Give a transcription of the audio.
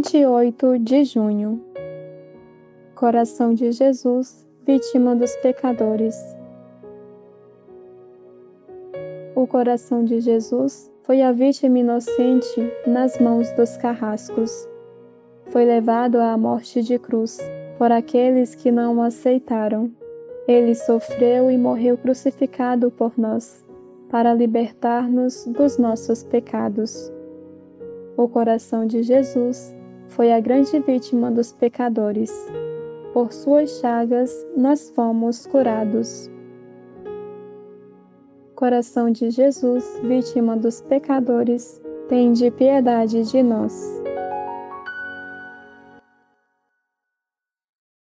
28 de junho. Coração de Jesus, vítima dos pecadores. O coração de Jesus foi a vítima inocente nas mãos dos carrascos. Foi levado à morte de cruz por aqueles que não o aceitaram. Ele sofreu e morreu crucificado por nós, para libertar-nos dos nossos pecados. O coração de Jesus foi a grande vítima dos pecadores. Por suas chagas nós fomos curados. Coração de Jesus, vítima dos pecadores, tende piedade de nós.